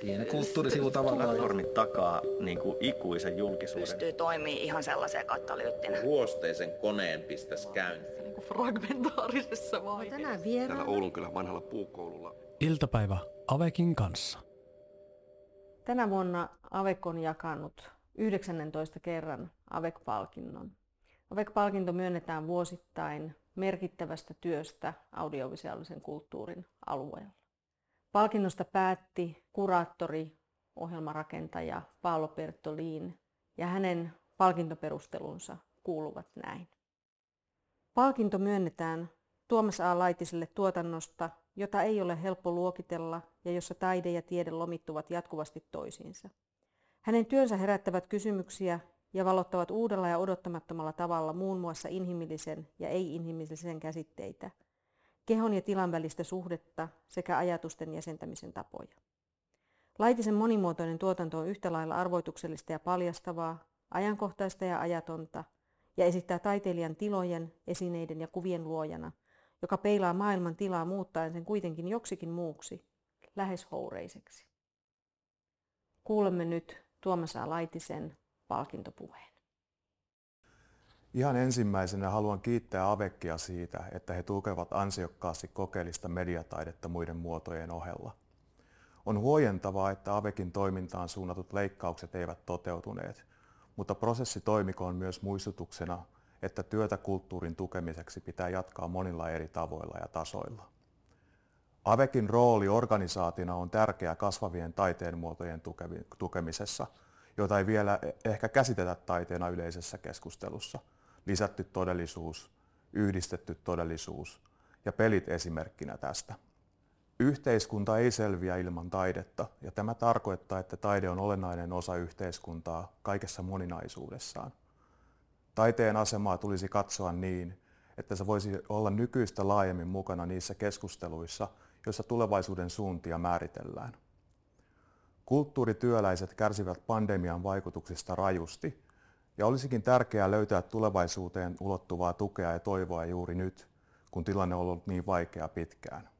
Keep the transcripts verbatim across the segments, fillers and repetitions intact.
pieni kulttuurisivu tavallaan. Platformit takaa niin kuin ikuisen julkisuuden. Pystyy toimimaan ihan sellaiseen katalyyttinä. Ruosteisen koneen pistäisi käyntiin. Niin kuin fragmentaarisessa vaiheessa. Tänään vieraana täällä Oulunkylän vanhalla puukoululla. Iltapäivä Avekin kanssa. Tänä vuonna Avek on jakanut yhdeksännentoista kerran Avek-palkinnon. Avek-palkinto myönnetään vuosittain merkittävästä työstä audiovisuaalisen kulttuurin alueella. Palkinnosta päätti kuraattori, ohjelmarakentaja Paolo Bertolin ja hänen palkintoperustelunsa kuuluvat näin. Palkinto myönnetään Tuomas A. Laitiselle tuotannosta, jota ei ole helppo luokitella ja jossa taide ja tiede lomittuvat jatkuvasti toisiinsa. Hänen työnsä herättävät kysymyksiä ja valottavat uudella ja odottamattomalla tavalla muun muassa inhimillisen ja ei-inhimillisen käsitteitä, kehon ja tilan välistä suhdetta sekä ajatusten jäsentämisen tapoja. Laitisen monimuotoinen tuotanto on yhtä lailla arvoituksellista ja paljastavaa, ajankohtaista ja ajatonta ja esittää taiteilijan tilojen, esineiden ja kuvien luojana, joka peilaa maailman tilaa muuttaen sen kuitenkin joksikin muuksi, lähes houreiseksi. Kuulemme nyt Tuomas A. Laitisen palkintopuheen. Ihan ensimmäisenä haluan kiittää Avekia siitä, että he tukevat ansiokkaasti kokeellista mediataidetta muiden muotojen ohella. On huojentavaa, että Avekin toimintaan suunnatut leikkaukset eivät toteutuneet, mutta prosessi toimikoon myös muistutuksena, että työtä kulttuurin tukemiseksi pitää jatkaa monilla eri tavoilla ja tasoilla. Avekin rooli organisaationa on tärkeä kasvavien taiteen muotojen tukemisessa, joita ei vielä ehkä käsitetä taiteena yleisessä keskustelussa. Lisätty todellisuus, yhdistetty todellisuus ja pelit esimerkkinä tästä. Yhteiskunta ei selviä ilman taidetta, ja tämä tarkoittaa, että taide on olennainen osa yhteiskuntaa kaikessa moninaisuudessaan. Taiteen asemaa tulisi katsoa niin, että se voisi olla nykyistä laajemmin mukana niissä keskusteluissa, joissa tulevaisuuden suuntia määritellään. Kulttuurityöläiset kärsivät pandemian vaikutuksista rajusti, ja olisikin tärkeää löytää tulevaisuuteen ulottuvaa tukea ja toivoa juuri nyt, kun tilanne on ollut niin vaikea pitkään.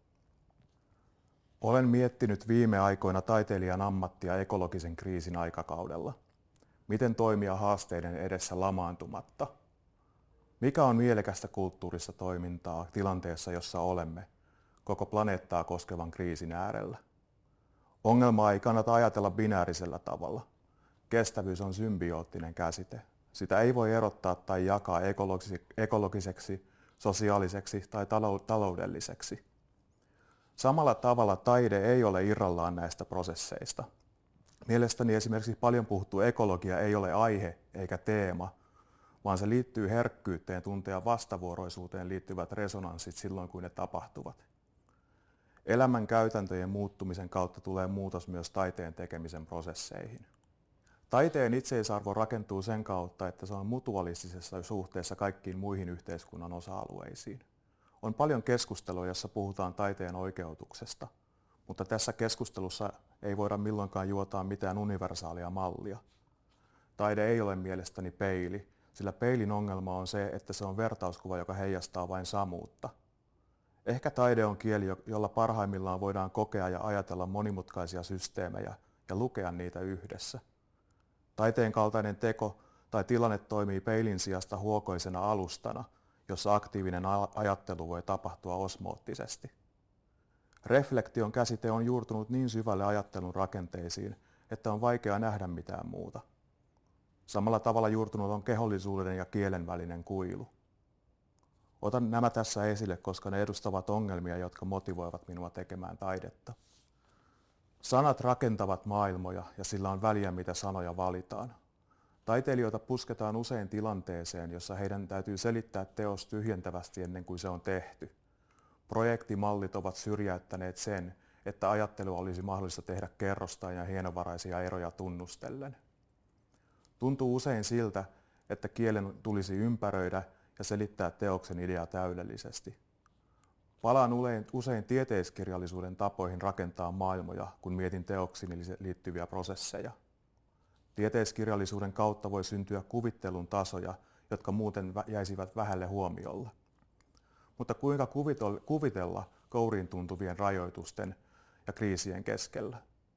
Olen miettinyt viime aikoina taiteilijan ammattia ekologisen kriisin aikakaudella. Miten toimia haasteiden edessä lamaantumatta? Mikä on mielekästä kulttuurista toimintaa tilanteessa, jossa olemme, koko planeettaa koskevan kriisin äärellä? Ongelmaa ei kannata ajatella binäärisellä tavalla. Kestävyys on symbioottinen käsite. Sitä ei voi erottaa tai jakaa ekologiseksi, sosiaaliseksi tai taloudelliseksi. Samalla tavalla taide ei ole irrallaan näistä prosesseista. Mielestäni esimerkiksi paljon puhuttu ekologia ei ole aihe eikä teema, vaan se liittyy herkkyyteen tuntea vastavuoroisuuteen liittyvät resonanssit silloin, kun ne tapahtuvat. Elämän käytäntöjen muuttumisen kautta tulee muutos myös taiteen tekemisen prosesseihin. Taiteen itseisarvo rakentuu sen kautta, että se on mutualistisessa suhteessa kaikkiin muihin yhteiskunnan osa-alueisiin. On paljon keskustelua, jossa puhutaan taiteen oikeutuksesta, mutta tässä keskustelussa ei voida milloinkaan juotaa mitään universaalia mallia. Taide ei ole mielestäni peili, sillä peilin ongelma on se, että se on vertauskuva, joka heijastaa vain samuutta. Ehkä taide on kieli, jolla parhaimmillaan voidaan kokea ja ajatella monimutkaisia systeemejä ja lukea niitä yhdessä. Taiteen kaltainen teko tai tilanne toimii peilin sijasta huokoisena alustana, jossa aktiivinen ajattelu voi tapahtua osmoottisesti. Reflektion käsite on juurtunut niin syvälle ajattelun rakenteisiin, että on vaikea nähdä mitään muuta. Samalla tavalla juurtunut on kehollisuuden ja kielen välinen kuilu. Otan nämä tässä esille, koska ne edustavat ongelmia, jotka motivoivat minua tekemään taidetta. Sanat rakentavat maailmoja ja sillä on väliä, mitä sanoja valitaan. Taiteilijoita pusketaan usein tilanteeseen, jossa heidän täytyy selittää teos tyhjentävästi ennen kuin se on tehty. Projektimallit ovat syrjäyttäneet sen, että ajattelu olisi mahdollista tehdä kerrostain ja hienovaraisia eroja tunnustellen. Tuntuu usein siltä, että kielen tulisi ympäröidä ja selittää teoksen idea täydellisesti. Palaan usein tieteiskirjallisuuden tapoihin rakentaa maailmoja, kun mietin teoksiin liittyviä prosesseja. Tieteiskirjallisuuden kautta voi syntyä kuvittelun tasoja, jotka muuten jäisivät vähälle huomiolle. Mutta kuinka kuvitella kouriin tuntuvien rajoitusten ja kriisien keskellä?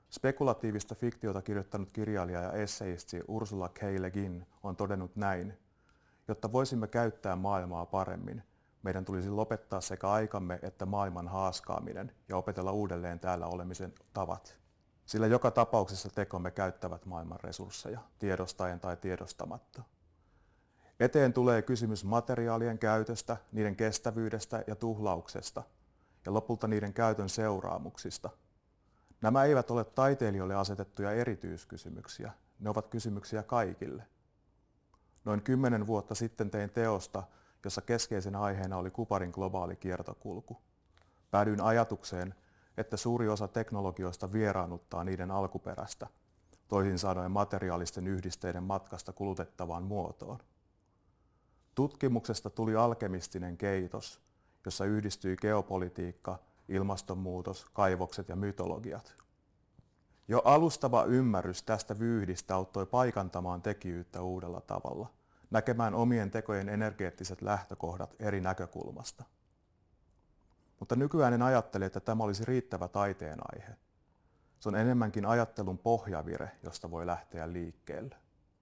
Spekulatiivista fiktiota kirjoittanut kirjailija ja esseisti Ursula K. Le Guin on todennut näin: jotta voisimme käyttää maailmaa paremmin, meidän tulisi lopettaa sekä aikamme että maailman haaskaaminen ja opetella uudelleen täällä olemisen tavat. Sillä joka tapauksessa tekomme käyttävät maailman resursseja, tiedostaen tai tiedostamatta. Eteen tulee kysymys materiaalien käytöstä, niiden kestävyydestä ja tuhlauksesta, ja lopulta niiden käytön seuraamuksista. Nämä eivät ole taiteilijoille asetettuja erityiskysymyksiä, ne ovat kysymyksiä kaikille. Noin kymmenen vuotta sitten tein teosta, jossa keskeisenä aiheena oli kuparin globaali kiertokulku. Päädyin ajatukseen, että suuri osa teknologioista vieraannuttaa niiden alkuperästä, toisin sanoen materiaalisten yhdisteiden matkasta kulutettavaan muotoon. Tutkimuksesta tuli alkemistinen keitos, jossa yhdistyi geopolitiikka, ilmastonmuutos, kaivokset ja mytologiat. Jo alustava ymmärrys tästä vyyhdistä auttoi paikantamaan tekijyyttä uudella tavalla, näkemään omien tekojen energeettiset lähtökohdat eri näkökulmasta. Mutta nykyään en ajattele, että tämä olisi riittävä taiteen aihe. Se on enemmänkin ajattelun pohjavire, josta voi lähteä liikkeelle.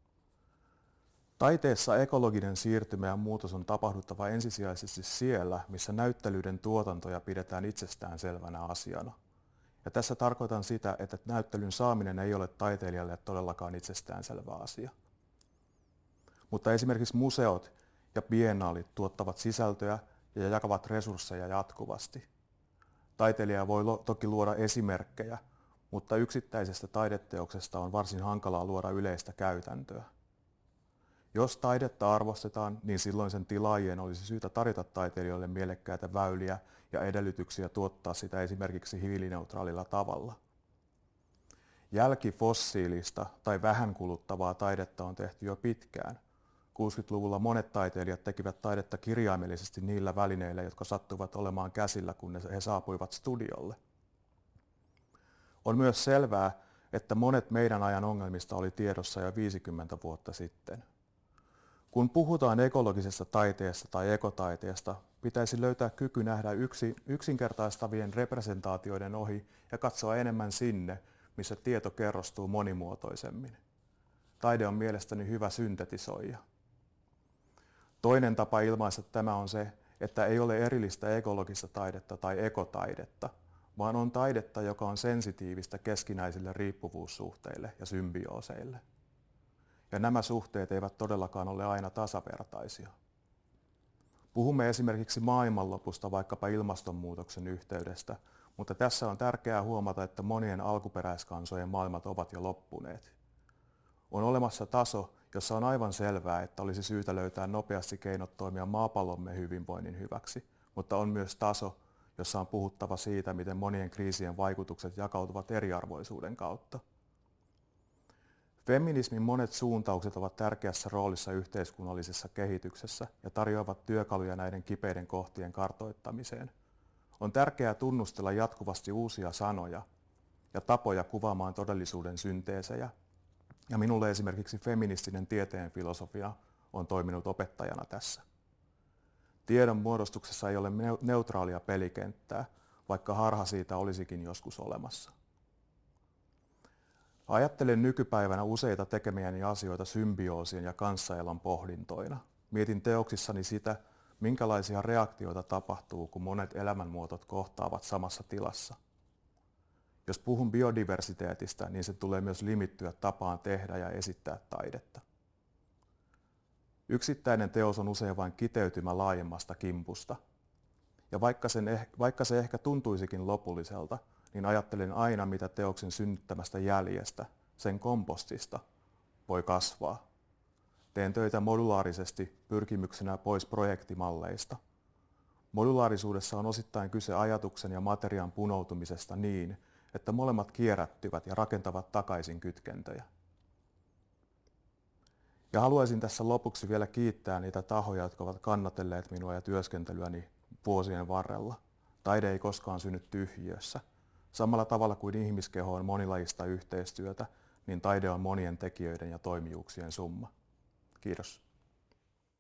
Taiteessa ekologinen siirtymä ja muutos on tapahduttava ensisijaisesti siellä, missä näyttelyiden tuotantoja pidetään itsestään selvänä asiana. Ja tässä tarkoitan sitä, että näyttelyn saaminen ei ole taiteilijalle todellakaan itsestäänselvä asia. Mutta esimerkiksi museot ja biennaalit tuottavat sisältöä ja jakavat resursseja jatkuvasti. Taiteilija voi toki luoda esimerkkejä, mutta yksittäisestä taideteoksesta on varsin hankalaa luoda yleistä käytäntöä. Jos taidetta arvostetaan, niin silloin sen tilaajien olisi syytä tarjota taiteilijoille mielekkäitä väyliä ja edellytyksiä tuottaa sitä esimerkiksi hiilineutraalilla tavalla. Jälkifossiilista tai vähän kuluttavaa taidetta on tehty jo pitkään. kuusikymmentäluvulla monet taiteilijat tekivät taidetta kirjaimellisesti niillä välineillä, jotka sattuivat olemaan käsillä, kun he saapuivat studiolle. On myös selvää, että monet meidän ajan ongelmista oli tiedossa jo viisikymmentä vuotta sitten. Kun puhutaan ekologisesta taiteesta tai ekotaiteesta, pitäisi löytää kyky nähdä yksi, yksinkertaistavien representaatioiden ohi ja katsoa enemmän sinne, missä tieto kerrostuu monimuotoisemmin. Taide on mielestäni hyvä syntetisoija. Toinen tapa ilmaista tämä on se, että ei ole erillistä ekologista taidetta tai ekotaidetta, vaan on taidetta, joka on sensitiivistä keskinäisille riippuvuussuhteille ja symbiooseille. Ja nämä suhteet eivät todellakaan ole aina tasavertaisia. Puhumme esimerkiksi maailmanlopusta vaikkapa ilmastonmuutoksen yhteydestä, mutta tässä on tärkeää huomata, että monien alkuperäiskansojen maailmat ovat jo loppuneet. On olemassa taso, jossa on aivan selvää, että olisi syytä löytää nopeasti keinot toimia maapallomme hyvinvoinnin hyväksi, mutta on myös taso, jossa on puhuttava siitä, miten monien kriisien vaikutukset jakautuvat eriarvoisuuden kautta. Feminismin monet suuntaukset ovat tärkeässä roolissa yhteiskunnallisessa kehityksessä ja tarjoavat työkaluja näiden kipeiden kohtien kartoittamiseen. On tärkeää tunnustella jatkuvasti uusia sanoja ja tapoja kuvaamaan todellisuuden synteesejä. Ja minulle esimerkiksi feministinen tieteen filosofia on toiminut opettajana tässä. Tiedon muodostuksessa ei ole neutraalia pelikenttää, vaikka harha siitä olisikin joskus olemassa. Ajattelen nykypäivänä useita tekemiäni asioita symbioosien ja kanssaelon pohdintoina. Mietin teoksissani sitä, minkälaisia reaktioita tapahtuu, kun monet elämänmuotot kohtaavat samassa tilassa. Jos puhun biodiversiteetistä, niin se tulee myös limittyä tapaan tehdä ja esittää taidetta. Yksittäinen teos on usein vain kiteytymä laajemmasta kimpusta. Ja vaikka, sen eh- vaikka se ehkä tuntuisikin lopulliselta, niin ajattelen aina, mitä teoksen synnyttämästä jäljestä, sen kompostista, voi kasvaa. Teen töitä modulaarisesti pyrkimyksenä pois projektimalleista. Modulaarisuudessa on osittain kyse ajatuksen ja materiaan punoutumisesta niin, että molemmat kierrättyvät ja rakentavat takaisin kytkentöjä. Ja haluaisin tässä lopuksi vielä kiittää niitä tahoja, jotka ovat kannatelleet minua ja työskentelyäni vuosien varrella. Taide ei koskaan synny tyhjiössä. Samalla tavalla kuin ihmiskeho on monilajista yhteistyötä, niin taide on monien tekijöiden ja toimijuuksien summa. Kiitos.